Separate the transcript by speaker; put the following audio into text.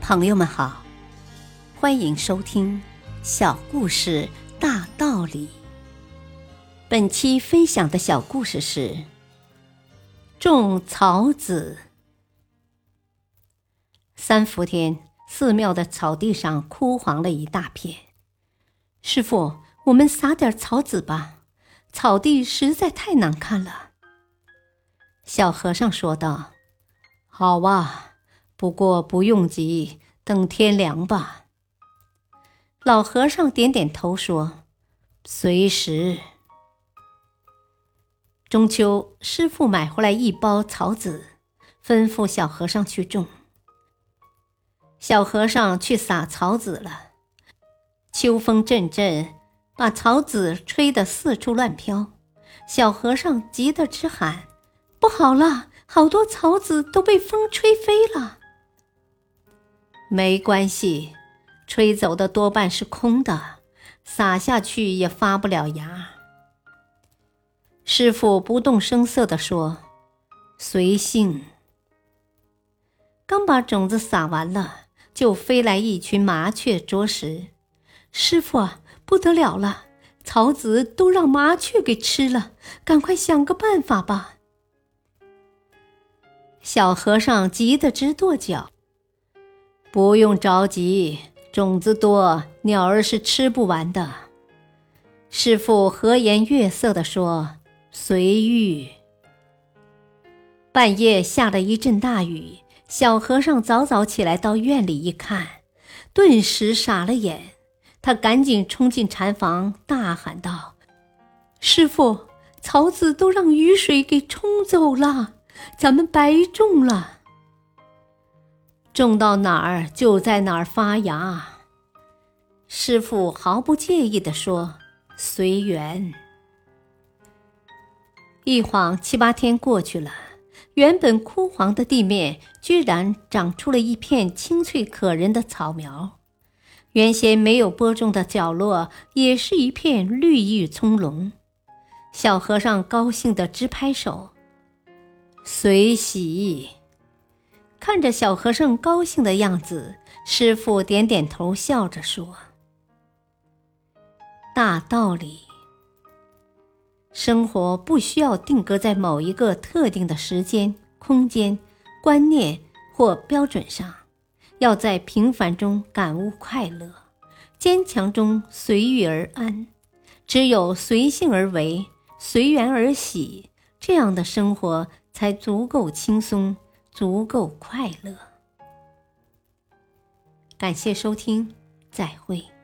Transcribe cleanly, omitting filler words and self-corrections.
Speaker 1: 朋友们好，欢迎收听小故事大道理。本期分享的小故事是种草籽。三伏天，寺庙的草地上枯黄了一大片。师父，我们撒点草籽吧，草地实在太难看了。小和尚说道：好啊，不过不用急，等天凉吧。老和尚点点头说：随时。中秋，师父买回来一包草籽，吩咐小和尚去种。小和尚去撒草籽了，秋风阵阵，把草籽吹得四处乱飘。小和尚急得直喊：不好了，好多草籽都被风吹飞了。没关系，吹走的多半是空的，撒下去也发不了芽。师父不动声色地说：随性。刚把种子撒完了，就飞来一群麻雀啄食。师父啊，不得了了，草籽都让麻雀给吃了，赶快想个办法吧。小和尚急得直跺脚。不用着急，种子多，鸟儿是吃不完的。师父和颜悦色地说：随遇。半夜下了一阵大雨，小和尚早早起来到院里一看，顿时傻了眼。他赶紧冲进禅房，大喊道：师父，草籽都让雨水给冲走了，咱们白种了。种到哪儿就在哪儿发芽。师父毫不介意地说：随缘。一晃7、8天过去了，原本枯黄的地面居然长出了一片青翠可人的草苗，原先没有播种的角落也是一片绿郁葱茏。小和尚高兴地直拍手：随喜。看着小和尚高兴的样子，师父点点头，笑着说：大道理。生活不需要定格在某一个特定的时间、空间、观念或标准上，要在平凡中感悟快乐，坚强中随遇而安。只有随性而为，随缘而喜，这样的生活才足够轻松，足够快乐。感谢收听，再会。